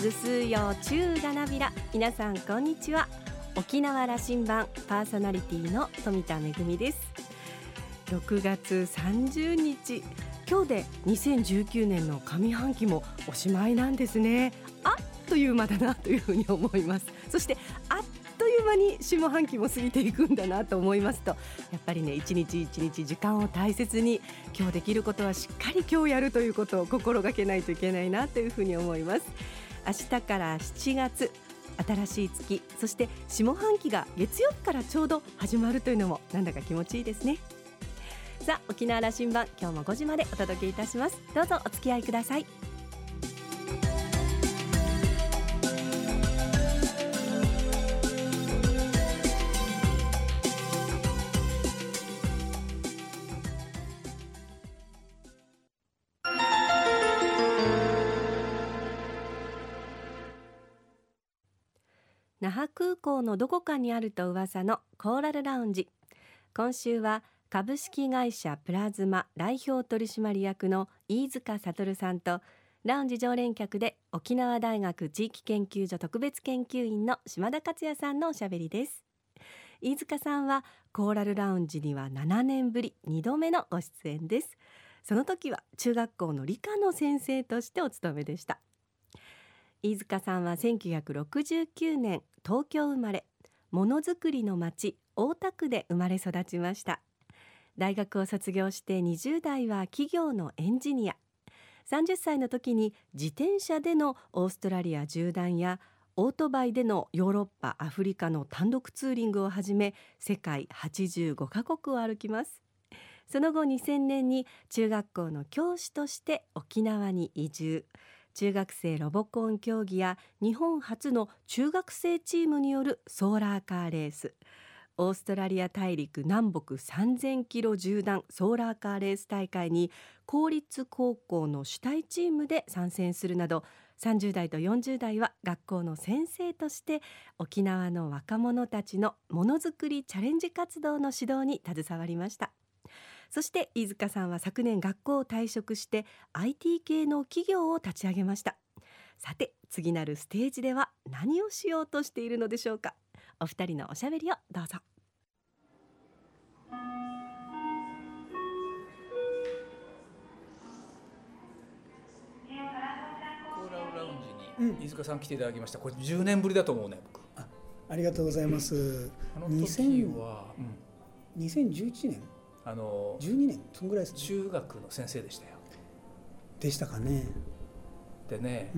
ぐすよ中がなびら。皆さんこんにちは。沖縄羅針盤パーソナリティの富田恵です。6月30日、今日で2019年の上半期もおしまいなんですね。あっという間だなというふうに思います。そしてあっという間に下半期も過ぎていくんだなと思いますと、やっぱりね、一日一日時間を大切に、今日できることはしっかり今日やるということを心がけないといけないなというふうに思います。明日から7月、新しい月、そして下半期が月曜日からちょうど始まるというのもなんだか気持ちいいですね。さあ、沖縄羅針盤、今日も5時までお届けいたします。どうぞお付き合いください。那覇空港のどこかにあると噂のコーラルラウンジ。今週は株式会社プラズマ代表取締役の飯塚悟さんと、ラウンジ常連客で沖縄大学地域研究所特別研究員の島田克也さんのおしゃべりです。飯塚さんはコーラルラウンジには7年ぶり2度目のご出演です。その時は中学校の理科の先生としてお勤めでした。飯塚さんは1969年東京生まれ、ものづくりの町大田区で生まれ育ちました。大学を卒業して20代は企業のエンジニア、30歳の時に自転車でのオーストラリア縦断やオートバイでのヨーロッパアフリカの単独ツーリングをはじめ、世界85カ国を歩きます。その後2000年に中学校の教師として沖縄に移住。中学生ロボコン競技や日本初の中学生チームによるソーラーカーレース、オーストラリア大陸南北3000キロ縦断ソーラーカーレース大会に公立高校の主体チームで参戦するなど、30代と40代は学校の先生として沖縄の若者たちのものづくりチャレンジ活動の指導に携わりました。そして飯塚さんは昨年学校を退職して IT 系の企業を立ち上げました。さて、次なるステージでは何をしようとしているのでしょうか。お二人のおしゃべりをどうぞ。 コーラルラウンジに飯塚さん来ていただきました。これ10年ぶりだと思うね、僕。 ありがとうございます。 あの時は、 2011年12年そんぐらいですね。 中学の先生でしたよ。 でしたかね。 でね、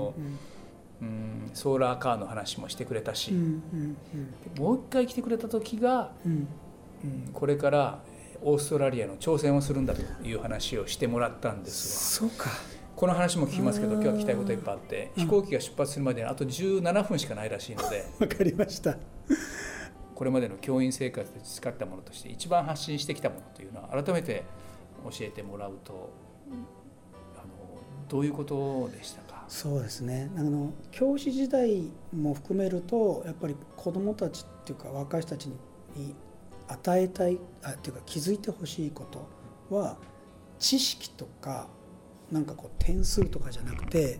ソーラーカーの話もしてくれたし、もう一回来てくれた時が、これからオーストラリアの挑戦をするんだという話をしてもらったんですわ。そうか。 この話も聞きますけど、今日は聞きたいこといっぱいあって、飛行機が出発するまでにあと17分しかないらしいのでわかりました。 これまでの教員生活で培ったものとして一番発信してきたものというのは改めて教えてもらうと、どういうことでしたか？ そうですね、教師時代も含めると、やっぱり子どもたちっていうか若い人たちに与えたいっていうか気づいてほしいことは、知識とかなんかこう点数とかじゃなくて、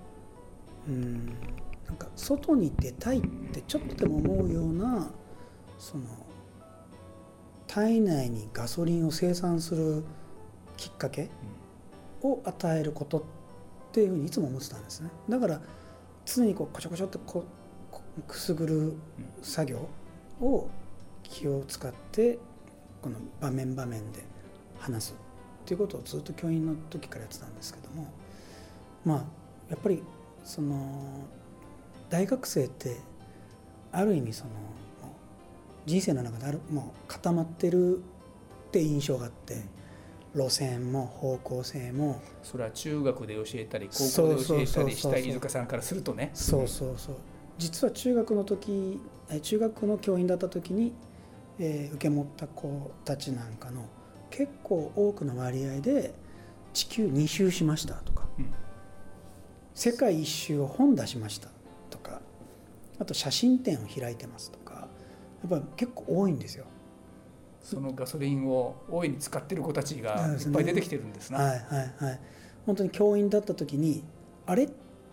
なんか外に出たいってちょっとでも思うような、その体内にガソリンを生産するきっかけを与えることっていうふうにいつも思ってたんですね。だから常にこうコチョコチョってくすぐる作業を気を使ってこの場面場面で話すっていうことをずっと教員の時からやってたんですけども、やっぱりその大学生ってある意味その人生の中でもう固まってるって印象があって、路線も方向性も、 それは中学で教えたり高校で教えたりした飯塚さんからするとね、 実は中学の教員だった時に、受け持った子たちなんかの結構多くの割合で地球2周しましたとか、世界一周を本出しましたとか、あと写真展を開いてますとか、やっぱり結構多いんですよ。 そのガソリンを大いに使っている子たちがいっぱい出てきてるんですな。 本当に教員だった時に、あれ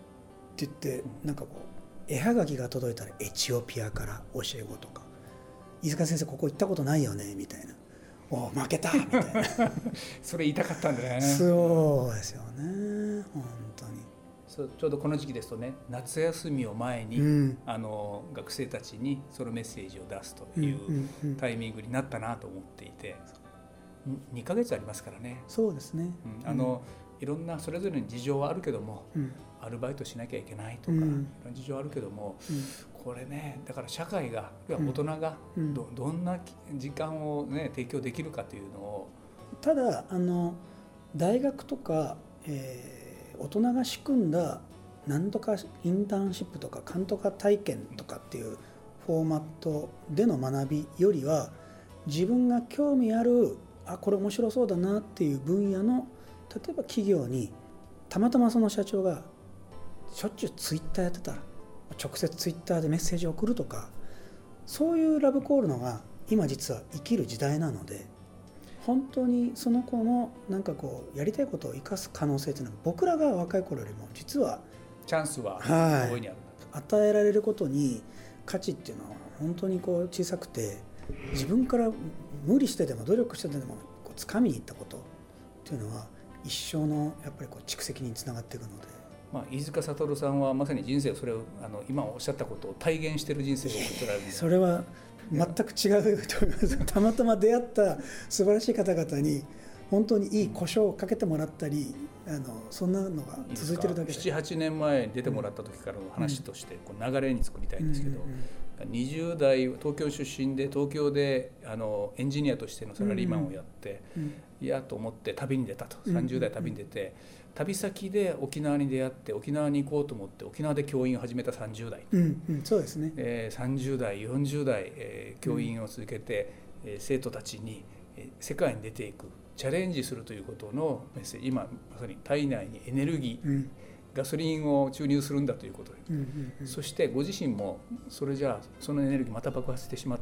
言ってなんかこう絵はがきが届いたらエチオピアから教え子とか、飯塚先生ここ行ったことないよねみたいな、お負けたみたいなそれ言いたかったんだね。 そうですよね、本当に。 そうちょうどこの時期ですとね、夏休みを前に、学生たちにそのメッセージを出すというタイミングになったなと思っていて、2ヶ月ありますからね。 そうですね、 いろんなそれぞれに事情はあるけども、アルバイトしなきゃいけないとか、いろんな事情あるけども、これね、だから社会が大人がどんな時間を、ね、提供できるかというのを。 ただ大学とか、大人が仕組んだなんとかインターンシップとか監督体験とかっていうフォーマットでの学びよりは、自分が興味あるこれ面白そうだなっていう分野の、例えば企業にたまたまその社長がしょっちゅうツイッターやってたら直接ツイッターでメッセージを送るとか、そういうラブコールのが今実は生きる時代なので、本当にその子のなんかこうやりたいことを生かす可能性というのは、僕らが若い頃よりも実はチャンスは大いにある、 与えられることに価値っていうのは本当にこう小さくて、自分から無理してでも努力してでもこう掴みに行ったことっていうのは一生のやっぱりこう蓄積につながっていくので、 飯塚悟さんはまさに人生をそれを今おっしゃったことを体現している人生を送ってられるんです。 それは全く違うと思います。たまたま出会った素晴らしい方々に本当にいい胡椒をかけてもらったり、そんなのが続いてるだけで。 7、8年前に出てもらった時からの話としてこう流れに作りたいんですけど、20代東京出身で東京でエンジニアとしてのサラリーマンをやって、いやと思って旅に出たと。30代旅に出て、旅先で沖縄に出会って沖縄に行こうと思って沖縄で教員を始めた30代、 そうですね、 30代40代、教員を続けて、生徒たちに、世界に出ていくチャレンジするということのメッセージ、今まさに体内にエネルギー、ガソリンを注入するんだということで、そしてご自身もそれじゃあそのエネルギーまた爆発してしまって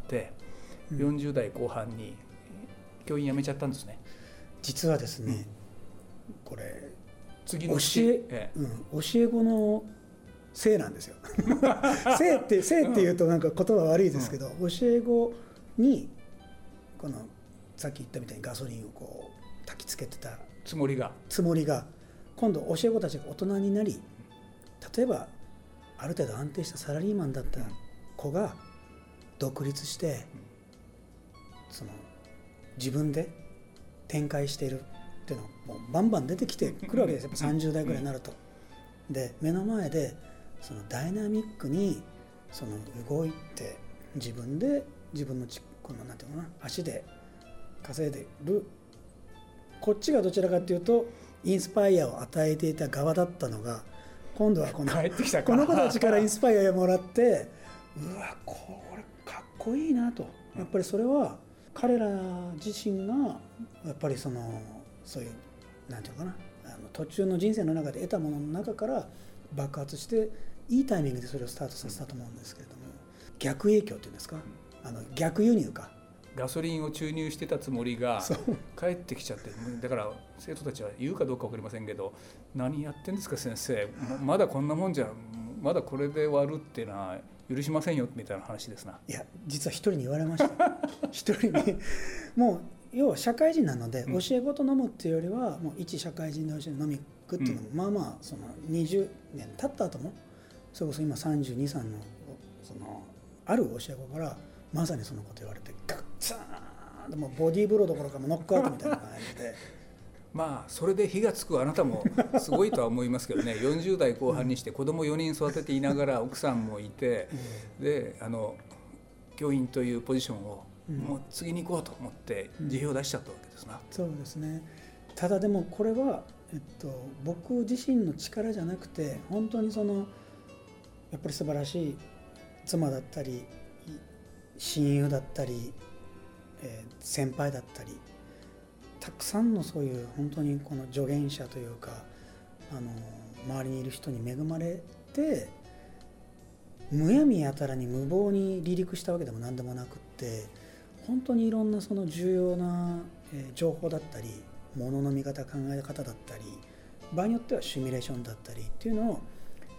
、40代後半に教員辞めちゃったんですね。 実はですね、これ次の教え子のせいなんですよせいっていうとなんか言葉悪いですけど、教え子にこのさっき言ったみたいにガソリンをこう焚きつけてたつもりが今度教え子たちが大人になり、例えばある程度安定したサラリーマンだった子が独立してその自分で展開しているっていうのもうバンバン出てきてくるわけですよ。30代ぐらいになると。で目の前でそのダイナミックにその動いて自分で自分のこのなんていうのかな、足で稼いでる、こっちがどちらかっていうとインスパイアを与えていた側だったのが、今度はこの子たちからインスパイアをもらって、うわこれかっこいいなと。やっぱりそれは彼ら自身がやっぱりそういうなんていうかな、途中の人生の中で得たものの中から爆発していいタイミングでそれをスタートさせたと思うんですけれども、逆影響っていうんですか、逆輸入か。 ガソリンを注入してたつもりが帰ってきちゃって、だから生徒たちは言うかどうか分かりませんけど、何やってんですか先生、まだこんなもんじゃ、まだこれで終わるっていうのは許しませんよみたいな話ですな。 いや実は一人に言われました一人にもう要は社会人なので、教え子と飲むっていうよりはもう一社会人同士で飲み行くっていうのも、まあまあその20年経った後もそれこそ今32、3のそのある教え子からまさにそのこと言われて、ガッツーンでもボディーブローどころかもノックアウトみたいな感じでまあそれで火がつくあなたもすごいとは思いますけどね40代後半にして子供4人育てていながら奥さんもいて、で教員というポジションをもう次に行こうと思って辞表を出しちゃったわけですな。 そうですね。ただでもこれは、僕自身の力じゃなくて、本当にやっぱり素晴らしい妻だったり親友だったり、先輩だったり、たくさんのそういう本当にこの助言者というか周りにいる人に恵まれて、むやみやたらに無謀に離陸したわけでも何でもなくって、本当にいろんなその重要な情報だったり、ものの見方考え方だったり、場合によってはシミュレーションだったりっていうのを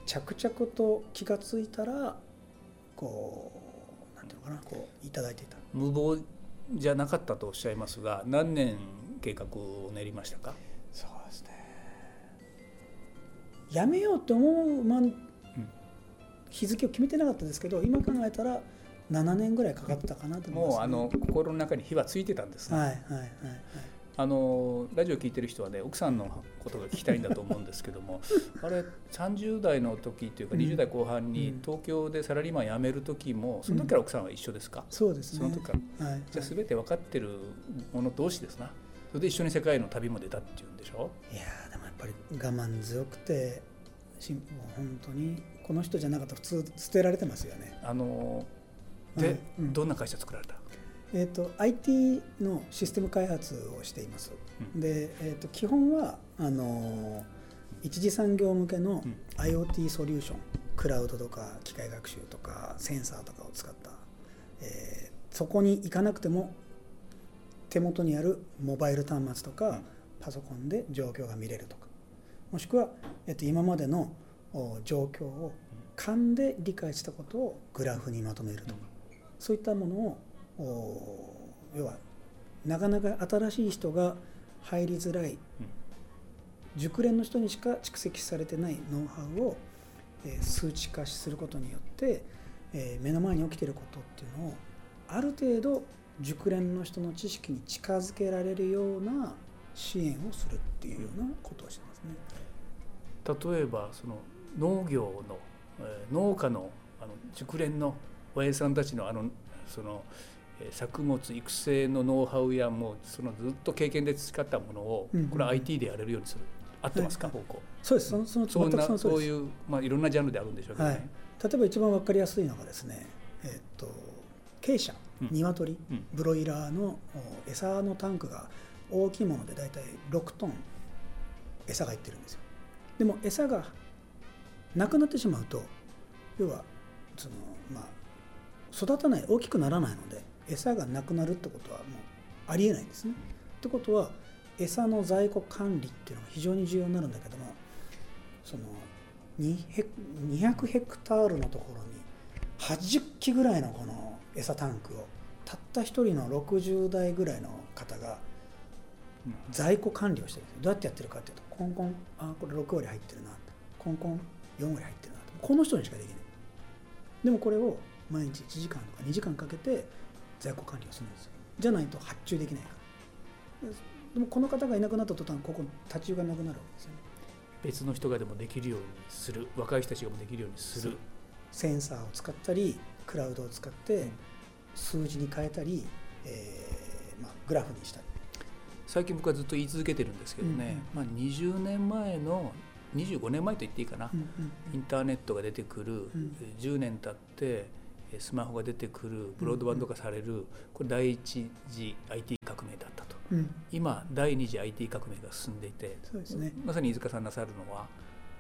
着々と気がついたらこうなんていうのかな、こういただいていた。 無謀じゃなかったとおっしゃいますが、何年計画を練りましたか？ そうですね、やめようと思う、日付を決めてなかったですけど、今考えたら7年ぐらいかかったかなと思います、ね、 もう心の中に火はついてたんですね。 はいはいはいはい。 ラジオ聞いてる人はね、奥さんのことが聞きたいんだと思うんですけどもあれ30代の時というか20代後半に東京でサラリーマン辞める時も、その時から奥さんは一緒ですか？ そうですね、 その時から、 はい、 じゃあ全て分かってる者同士ですな。それで一緒に世界の旅も出たっていうんでしょ。 いやでもやっぱり我慢強くて、もう本当にこの人じゃなかったら普通捨てられてますよね。 で、どんな会社作られた ？IT のシステム開発をしています、で、基本は一次産業向けの IoT ソリューション、クラウドとか機械学習とかセンサーとかを使った、そこに行かなくても手元にあるモバイル端末とかパソコンで状況が見れるとか、もしくは、今までの状況を勘で理解したことをグラフにまとめるとか、そういったものを要はなかなか新しい人が入りづらい、熟練の人にしか蓄積されてないノウハウを、数値化することによって、目の前に起きていることっていうのをある程度熟練の人の知識に近づけられるような支援をするっていうようなことをしてますね。 例えばその農業の、農家の熟練の親父さんたちのその作物育成のノウハウやもうそのずっと経験で培ったものを、これ IT でやれるようにする、合ってますか？方向。 そうです。 そういう、いろんなジャンルであるんでしょうけどね。 例えば一番分かりやすいのがですね、鶏舎、鶏、ブロイラーの餌のタンクが大きいものでだいたい6トン餌が入ってるんですよ。でも餌がなくなってしまうと、要は育たない、大きくならないので餌がなくなるってことはもうありえないんですね。ってことは餌の在庫管理っていうのが非常に重要になるんだけども、その200ヘクタールのところに80機ぐらいのこの餌タンクをたった一人の60代ぐらいの方が在庫管理をしてるんですよ。どうやってやってるかっていうと、コンコン、これ6割入ってるな、コンコン4割入ってるな、この人にしかできない。でもこれを毎日1時間とか2時間かけて在庫管理をするんですよ。じゃないと発注できないから。でもこの方がいなくなった途端、ここ立ち行かなくなるわけですよね。 別の人がでもできるようにする、若い人たちがもできるようにする。 センサーを使ったりクラウドを使って数字に変えたり、グラフにしたり。 最近僕はずっと言い続けてるんですけどね、20年前の25年前と言っていいかな、インターネットが出てくる、10年経ってスマホが出てくる、ブロードバンド化される、これ第一次 IT 革命だったと、今第二次 IT 革命が進んでいて、 そうですね、 まさに飯塚さんなさるのは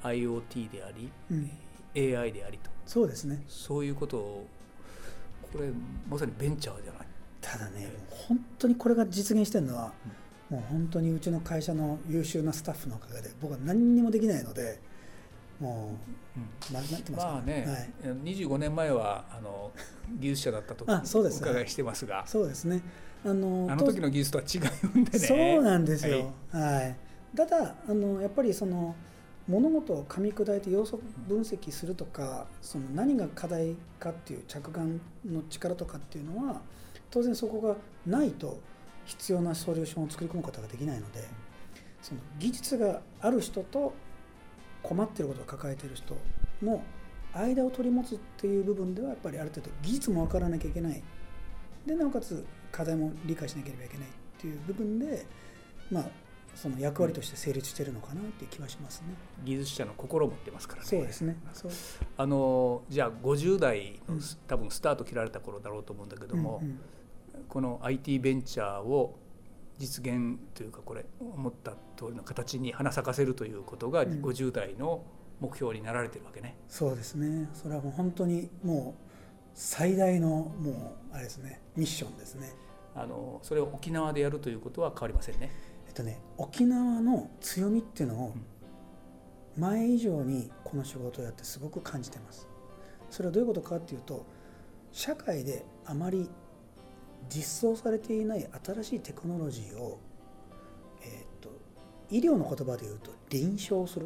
IoT であり、AI でありと、 そうですね、 そういうことを、これまさにベンチャーじゃない。 ただね、本当にこれが実現してるのは、もう本当にうちの会社の優秀なスタッフのおかげで僕は何にもできないので、もう、なってますかね、25年前は技術者だったとお伺いしてますが、 そうですね、 あの時の技術とは違うんでね。 そうなんですよ、ただやっぱりその物事を噛み砕いて要素分析するとか、その何が課題かっていう着眼の力とかっていうのは当然そこがないと必要なソリューションを作り込むことができないので、その技術がある人と困っていることを抱えている人の間を取り持つっていう部分ではやっぱりある程度技術も分からなきゃいけない、でなおかつ課題も理解しなければいけないっていう部分で、その役割として成立しているのかなっていう気はしますね。 技術者の心を持ってますからね。 そうですね。 じゃあ50代の、多分スタート切られた頃だろうと思うんだけども、この IT ベンチャーを実現というか、これ思った通りの形に花咲かせるということが50代の目標になられてるわけね。 そうですね。それはもう本当にもう最大のもうあれですね、ミッションですね。 それを沖縄でやるということは変わりませんね。 沖縄の強みっていうのを前以上にこの仕事をやってすごく感じてます。それはどういうことかっていうと、社会であまり実装されていない新しいテクノロジーを、医療の言葉で言うと臨床する、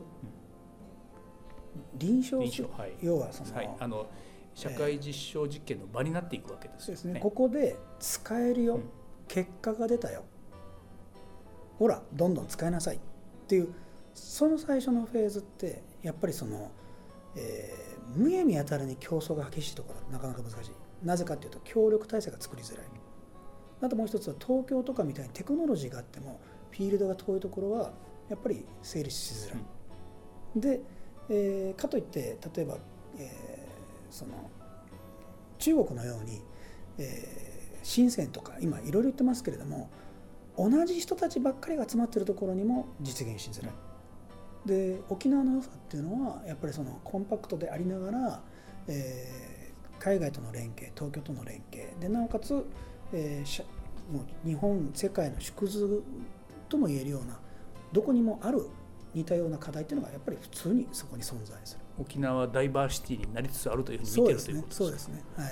臨床する、 はい、 要はその、 はい、社会実証実験の場になっていくわけですよね。 そうですね。ここで使えるよ、結果が出たよ、ほらどんどん使いなさいっていう、その最初のフェーズってやっぱりその、むやみやたらに競争が激しいところはなかなか難しい。なぜかというと協力体制が作りづらい。あともう一つは東京とかみたいにテクノロジーがあってもフィールドが遠いところはやっぱり成立しづらい、で、かといって例えば、その中国のように、深センとか今いろいろ言ってますけれども、同じ人たちばっかりが集まっているところにも実現しづらい。で、沖縄の良さっていうのはやっぱりそのコンパクトでありながら、海外との連携、東京との連携で、なおかつ、もう日本世界の縮図とも言えるような、どこにもある似たような課題というのがやっぱり普通にそこに存在する。 沖縄はダイバーシティになりつつあるというふうに見ているということですね。 そうですね。はい。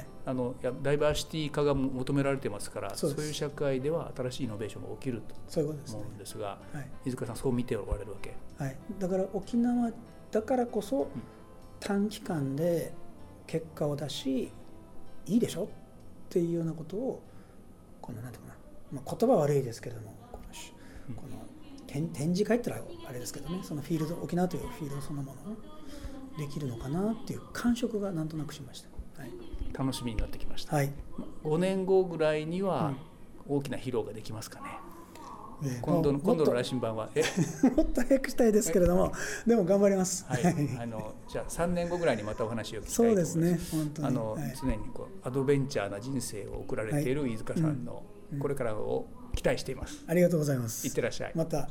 ダイバーシティ化が求められてますから、 そういう社会では新しいイノベーションが起きると思うんですが、飯塚さんそう見ておられるわけ。 はい。だから沖縄だからこそ短期間で結果を出し、いいでしょっていうようなことを、このなんていうかな、言葉は悪いですけれども、この展示会ってのはあれですけどね、そのフィールド、沖縄というフィールドそのものできるのかなっていう感触がなんとなくしました。はい、 楽しみになってきました。 はい、 5年後ぐらいには大きな披露ができますかね。今度の羅針盤はもっと早くしたいですけれども、でも頑張ります。 はい、じゃあ3年後ぐらいにまたお話を聞きたいと思います。 そうですね、本当に常にアドベンチャーな人生を送られている飯塚さんのこれからを期待しています。 ありがとうございます。 いってらっしゃい。 また。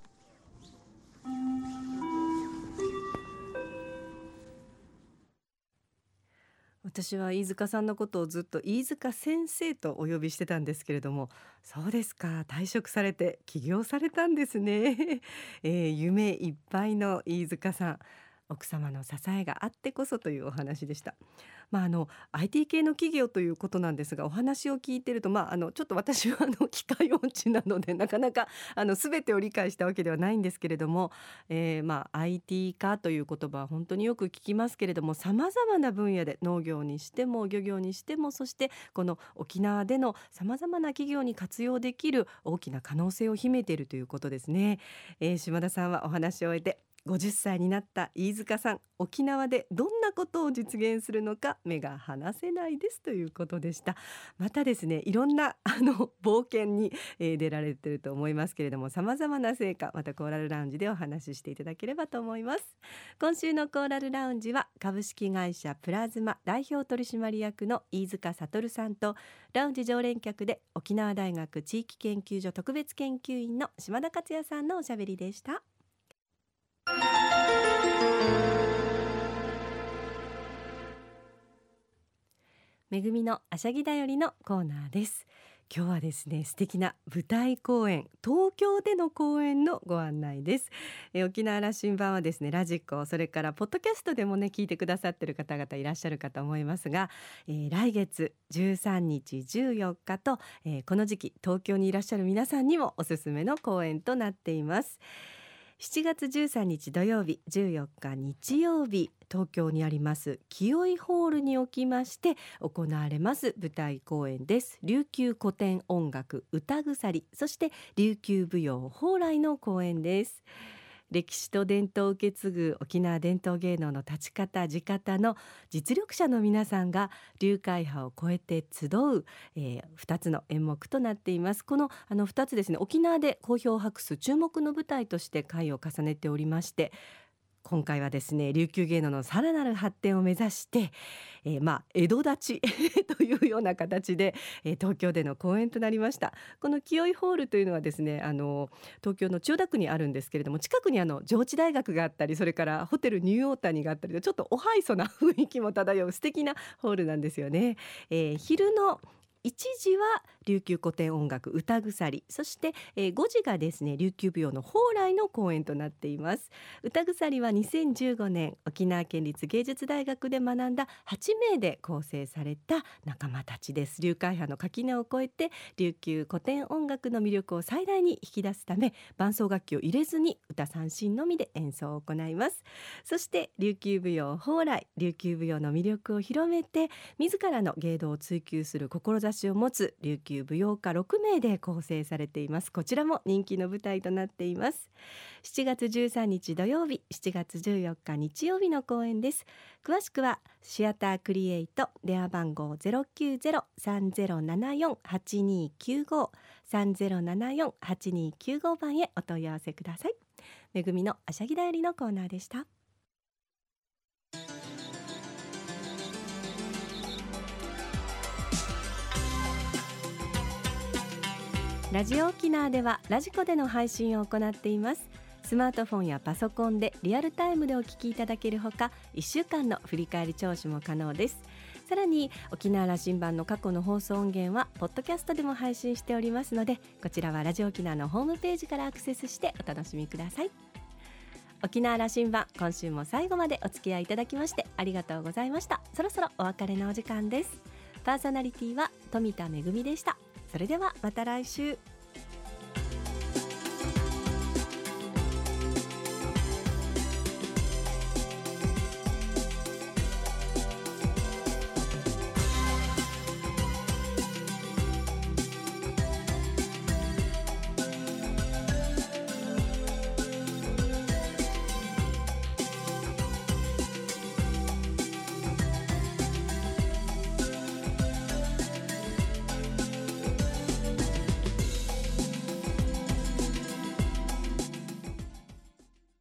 私は飯塚さんのことをずっと飯塚先生とお呼びしてたんですけれども、そうですか、退職されて起業されたんですね、夢いっぱいの飯塚さん、奥様の支えがあってこそというお話でした。IT 系の企業ということなんですが、お話を聞いてると、ちょっと私は機械音痴なのでなかなか全てを理解したわけではないんですけれども、IT 化という言葉は本当によく聞きますけれども、さまざまな分野で農業にしても漁業にしても、そしてこの沖縄でのさまざまな企業に活用できる大きな可能性を秘めているということですね。島田さんはお話を終えて、50歳になった飯塚さん、沖縄でどんなことを実現するのか目が離せないですということでした。またですね、いろんな冒険に、出られていると思いますけれども、さまざまな成果、またコーラルラウンジでお話ししていただければと思います。今週のコーラルラウンジは株式会社プラズマ代表取締役の飯塚悟さんと、ラウンジ常連客で沖縄大学地域研究所特別研究員の島田克也さんのおしゃべりでした。めぐみのあしゃぎだよりのコーナーです。今日はですね、素敵な舞台公演、東京での公演のご案内です。沖縄羅針盤はですね、ラジコ、それからポッドキャストでもね聞いてくださってる方々いらっしゃるかと思いますが、来月13日14日と、この時期東京にいらっしゃる皆さんにもおすすめの公演となっています。7月13日土曜日、14日日曜日、東京にあります清井ホールにおきまして行われます舞台公演です。琉球古典音楽歌鎖、そして琉球舞踊蓬莱の公演です。歴史と伝統を受け継ぐ沖縄伝統芸能の立ち方地方の実力者の皆さんが流会派を超えて集う、2つの演目となっています。この2つですね、沖縄で好評を博す注目の舞台として回を重ねておりまして、今回はですね、琉球芸能のさらなる発展を目指して、江戸立ちというような形で、東京での公演となりました。この清井ホールというのはですね、東京の千代田区にあるんですけれども、近くに上智大学があったり、それからホテルニューオータニがあったりと、ちょっとおはいそな雰囲気も漂う素敵なホールなんですよね。昼の 1時は琉球古典音楽歌鎖、そして、5時がですね琉球舞踊の蓬莱の公演となっています。歌鎖は2015年沖縄県立芸術大学で学んだ8名で構成された仲間たちです。流会派の垣根を越えて琉球古典音楽の魅力を最大に引き出すため、伴奏楽器を入れずに歌三線のみで演奏を行います。そして琉球舞踊蓬莱、琉球舞踊の魅力を広めて自らの芸道を追求する志を持つ琉球舞踊家6名で構成されています。こちらも人気の舞台となっています。7月13日土曜日、7月14日日曜日の公演です。詳しくはシアタークリエイト電話番号 090-3074-8295 3074-8295 番へお問い合わせください。めぐみのあしゃぎだよりのコーナーでした。ラジオ沖縄ではラジコでの配信を行っています。スマートフォンやパソコンでリアルタイムでお聞きいただけるほか、1週間の振り返り聴取も可能です。さらに沖縄羅針盤の過去の放送音源はポッドキャストでも配信しておりますので、こちらはラジオ沖縄のホームページからアクセスしてお楽しみください。沖縄羅針盤、今週も最後までお付き合いいただきましてありがとうございました。そろそろお別れのお時間です。パーソナリティは富田恵でした。それではまた来週。